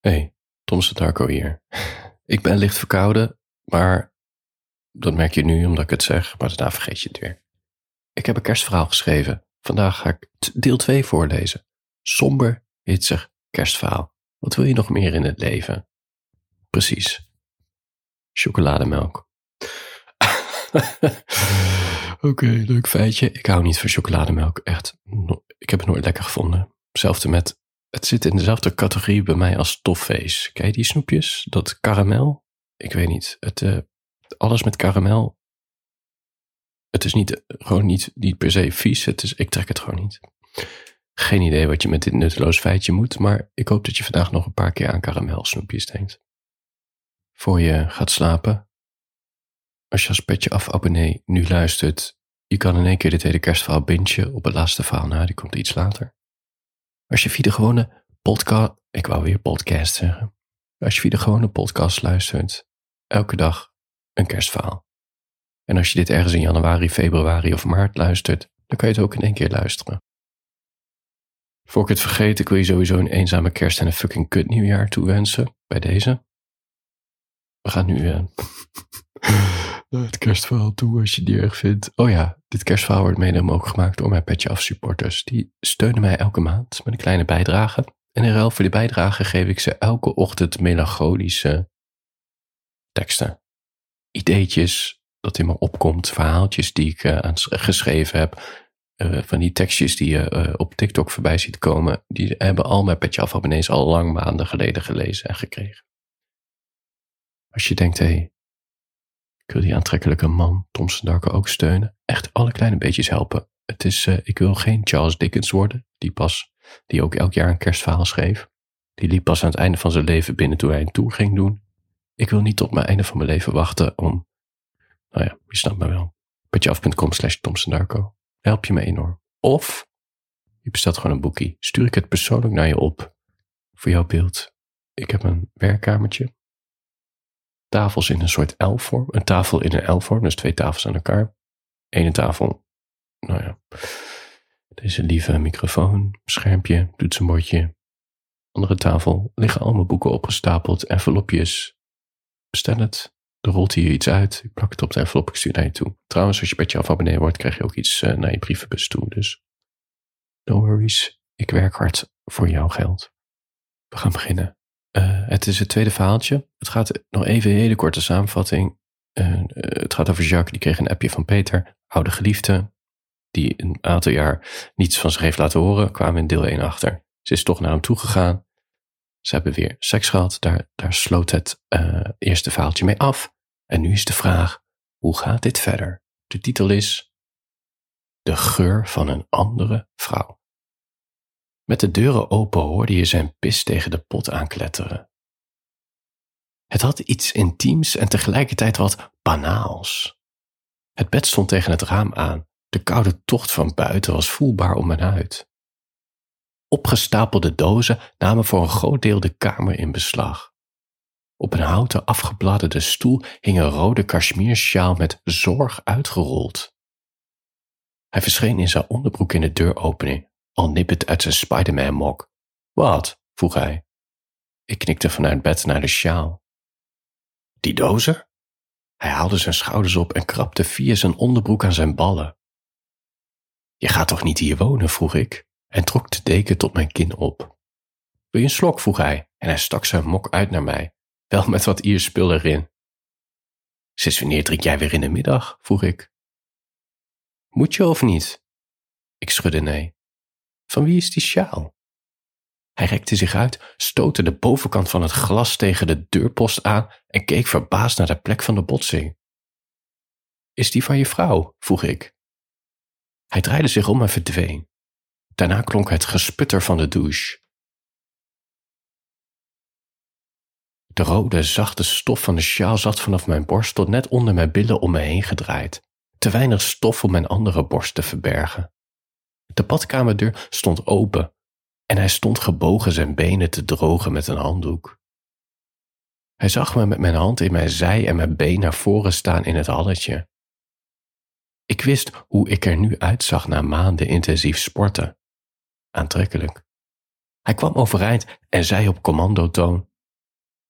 Hey, Tom Darko hier. Ik ben licht verkouden, maar dat merk je nu omdat ik het zeg, maar daarna vergeet je het weer. Ik heb een kerstverhaal geschreven. Vandaag ga ik deel 2 voorlezen. Somber, hitsig kerstverhaal. Wat wil je nog meer in het leven? Precies. Chocolademelk. Oké, leuk feitje. Ik hou niet van chocolademelk. Echt, ik heb het nooit lekker gevonden. Hetzelfde met... Het zit in dezelfde categorie bij mij als toffees. Ken je die snoepjes? Dat karamel? Ik weet niet. Alles met karamel. Het is gewoon niet per se vies. Ik trek het gewoon niet. Geen idee wat je met dit nutteloos feitje moet. Maar ik hoop dat je vandaag nog een paar keer aan karamelsnoepjes denkt. Voor je gaat slapen. Als je als Petje Af abonnee nu luistert. Je kan in 1 keer dit hele kerstverhaal bingen op het laatste verhaal na. Die komt iets later. Als je via de gewone podcast... Ik wou weer podcast zeggen. Als je via de gewone podcast luistert, elke dag een kerstverhaal. En als je dit ergens in januari, februari of maart luistert, dan kan je het ook in 1 keer luisteren. Voor ik het vergeet, ik wil je sowieso een eenzame kerst en een fucking kut nieuwjaar toewensen. Bij deze. We gaan nu naar het kerstverhaal toe, als je die erg vindt. Oh ja, dit kerstverhaal wordt mede mogelijk gemaakt door mijn Petje Af supporters. Die steunen mij elke maand met een kleine bijdrage. En in ruil voor die bijdrage geef ik ze elke ochtend melancholische teksten. Ideetjes dat in me opkomt, verhaaltjes die ik geschreven heb. Van die tekstjes die je op TikTok voorbij ziet komen. Die hebben al mijn Petje Af abonnees al lang maanden geleden gelezen en gekregen. Als je denkt, hé, ik wil die aantrekkelijke man, Tom Darko, ook steunen. Echt alle kleine beetjes helpen. Ik wil geen Charles Dickens worden, die ook elk jaar een kerstverhaal schreef. Die liep pas aan het einde van zijn leven binnen toen hij een tour ging doen. Ik wil niet tot mijn einde van mijn leven wachten om, nou ja, je snapt me wel. petjeaf.com/Tom Darko. Help je me enorm. Of, je bestelt gewoon een boekie. Stuur ik het persoonlijk naar je op. Voor jouw beeld. Ik heb een werkkamertje. Tafels in een soort L-vorm. Een tafel in een L-vorm, dus 2 tafels aan elkaar. Ene tafel, nou ja, deze lieve microfoon, schermpje, toetsenbordje. Andere tafel liggen allemaal boeken opgestapeld, envelopjes. Bestel het, er rolt hier iets uit. Ik plak het op de envelop, ik stuur naar je toe. Trouwens, als je Petje Af abonnee wordt, krijg je ook iets naar je brievenbus toe. Dus no worries, ik werk hard voor jouw geld. We gaan beginnen. Het is het tweede verhaaltje. Het gaat nog even een hele korte samenvatting. Het gaat over Jacques, die kreeg een appje van Peter, oude geliefde, die een aantal jaar niets van zich heeft laten horen, kwamen in deel 1 achter. Ze is toch naar hem toegegaan. Ze hebben weer seks gehad. Daar sloot het eerste verhaaltje mee af. En nu is de vraag, hoe gaat dit verder? De titel is De geur van een andere vrouw. Met de deuren open hoorde je zijn pis tegen de pot aankletteren. Het had iets intiems en tegelijkertijd wat banaals. Het bed stond tegen het raam aan. De koude tocht van buiten was voelbaar om mijn huid. Opgestapelde dozen namen voor een groot deel de kamer in beslag. Op een houten afgebladderde stoel hing een rode cashmeresjaal met zorg uitgerold. Hij verscheen in zijn onderbroek in de deuropening, al nippend uit zijn Spider-Man-mok. Wat? Vroeg hij. Ik knikte vanuit bed naar de sjaal. Die dozen? Hij haalde zijn schouders op en krabde via zijn onderbroek aan zijn ballen. Je gaat toch niet hier wonen? Vroeg ik en trok de deken tot mijn kin op. Wil je een slok? Vroeg hij en hij stak zijn mok uit naar mij, wel met wat ierspul erin. Sinds wanneer drink jij weer in de middag? Vroeg ik. Moet je of niet? Ik schudde nee. Van wie is die sjaal? Hij rekte zich uit, stootte de bovenkant van het glas tegen de deurpost aan en keek verbaasd naar de plek van de botsing. Is die van je vrouw? Vroeg ik. Hij draaide zich om en verdween. Daarna klonk het gesputter van de douche. De rode, zachte stof van de sjaal zat vanaf mijn borst tot net onder mijn billen om me heen gedraaid. Te weinig stof om mijn andere borst te verbergen. De badkamerdeur stond open en hij stond gebogen zijn benen te drogen met een handdoek. Hij zag me met mijn hand in mijn zij en mijn been naar voren staan in het halletje. Ik wist hoe ik er nu uitzag na maanden intensief sporten. Aantrekkelijk. Hij kwam overeind en zei op commandotoon: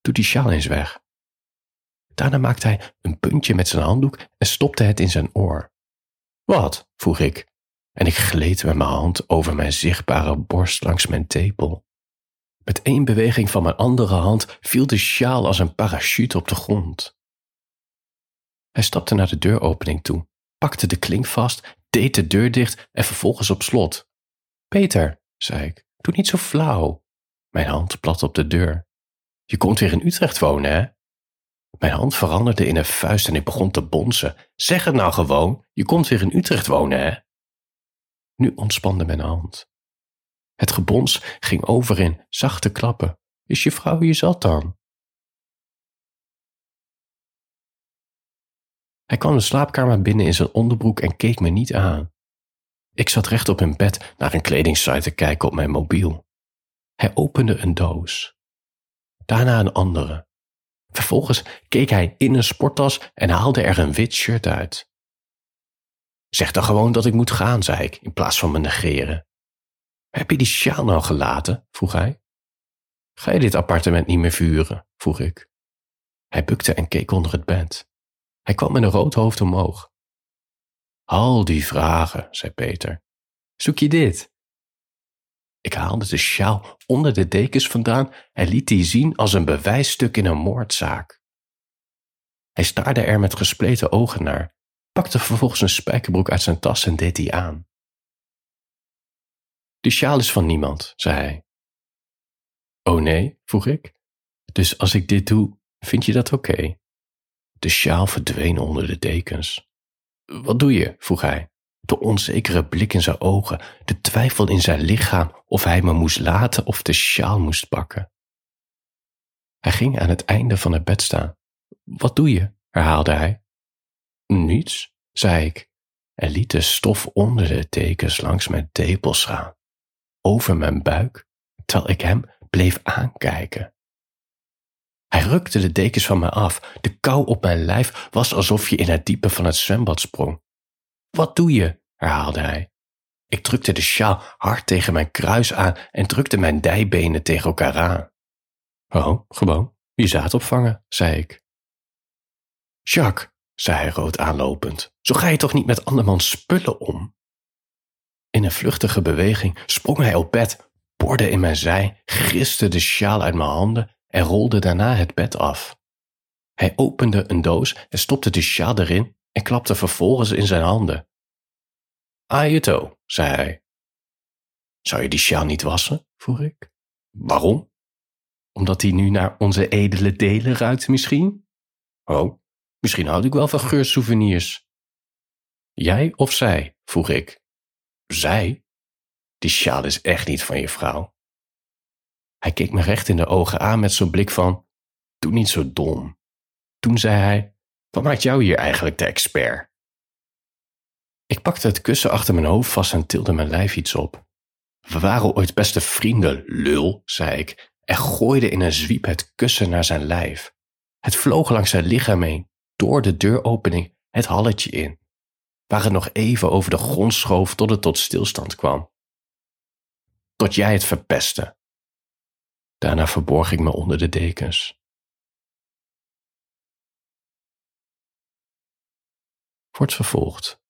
Doe die sjaal eens weg. Daarna maakte hij een puntje met zijn handdoek en stopte het in zijn oor. Wat? Vroeg ik. En ik gleed met mijn hand over mijn zichtbare borst langs mijn tepel. Met één beweging van mijn andere hand viel de sjaal als een parachute op de grond. Hij stapte naar de deuropening toe, pakte de klink vast, deed de deur dicht en vervolgens op slot. Peter, zei ik, doe niet zo flauw. Mijn hand plat op de deur. Je komt weer in Utrecht wonen, hè? Mijn hand veranderde in een vuist en ik begon te bonzen. Zeg het nou gewoon, je komt weer in Utrecht wonen, hè? Nu ontspande mijn hand. Het gebons ging over in zachte klappen. Is je vrouw hier zat dan? Hij kwam de slaapkamer binnen in zijn onderbroek en keek me niet aan. Ik zat rechtop in bed naar een kledingsite te kijken op mijn mobiel. Hij opende een doos. Daarna een andere. Vervolgens keek hij in een sporttas en haalde er een wit shirt uit. Zeg dan gewoon dat ik moet gaan, zei ik, in plaats van me negeren. Heb je die sjaal nou gelaten? Vroeg hij. Ga je dit appartement niet meer vuren? Vroeg ik. Hij bukte en keek onder het bed. Hij kwam met een rood hoofd omhoog. Al die vragen, zei Peter. Zoek je dit? Ik haalde de sjaal onder de dekens vandaan en liet die zien als een bewijsstuk in een moordzaak. Hij staarde er met gespleten ogen naar, pakte vervolgens een spijkerbroek uit zijn tas en deed die aan. De sjaal is van niemand, zei hij. Oh nee, vroeg ik. Dus als ik dit doe, vind je dat oké? De sjaal verdween onder de dekens. Wat doe je? Vroeg hij. De onzekere blik in zijn ogen, de twijfel in zijn lichaam of hij me moest laten of de sjaal moest pakken. Hij ging aan het einde van het bed staan. Wat doe je? Herhaalde hij. Niets, zei ik en liet de stof onder de dekens langs mijn tepels gaan, over mijn buik, terwijl ik hem bleef aankijken. Hij rukte de dekens van me af. De kou op mijn lijf was alsof je in het diepe van het zwembad sprong. Wat doe je? Herhaalde hij. Ik drukte de sjaal hard tegen mijn kruis aan en drukte mijn dijbenen tegen elkaar aan. Oh, gewoon, je zaad opvangen, zei ik. Jacques, zei hij rood aanlopend, zo ga je toch niet met andermans spullen om? In een vluchtige beweging sprong hij op bed, borde in mijn zij, griste de sjaal uit mijn handen en rolde daarna het bed af. Hij opende een doos en stopte de sjaal erin en klapte vervolgens in zijn handen. Ajeto, zei hij. Zou je die sjaal niet wassen? Vroeg ik. Waarom? Omdat hij nu naar onze edele delen ruikt misschien? Oh, misschien houd ik wel van geursouvenirs. Jij of zij? Vroeg ik. Zij? Die sjaal is echt niet van je vrouw. Hij keek me recht in de ogen aan met zo'n blik van, doe niet zo dom. Toen zei hij, wat maakt jou hier eigenlijk de expert? Ik pakte het kussen achter mijn hoofd vast en tilde mijn lijf iets op. We waren ooit beste vrienden, lul, zei ik, en gooide in een zwiep het kussen naar zijn lijf. Het vloog langs zijn lichaam heen, door de deuropening, het halletje in, waar het nog even over de grond schoof tot het tot stilstand kwam. Tot jij het verpestte. Daarna verborg ik me onder de dekens. Wordt vervolgd.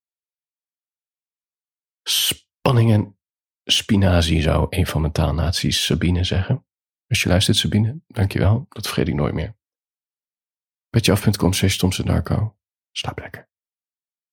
Spanning en spinazie zou een van mijn taalnaties Sabine zeggen. Als je luistert, Sabine, dankjewel. Dat vergeet ik nooit meer. Petjeaf.com/TomSenDarko. Slaap lekker.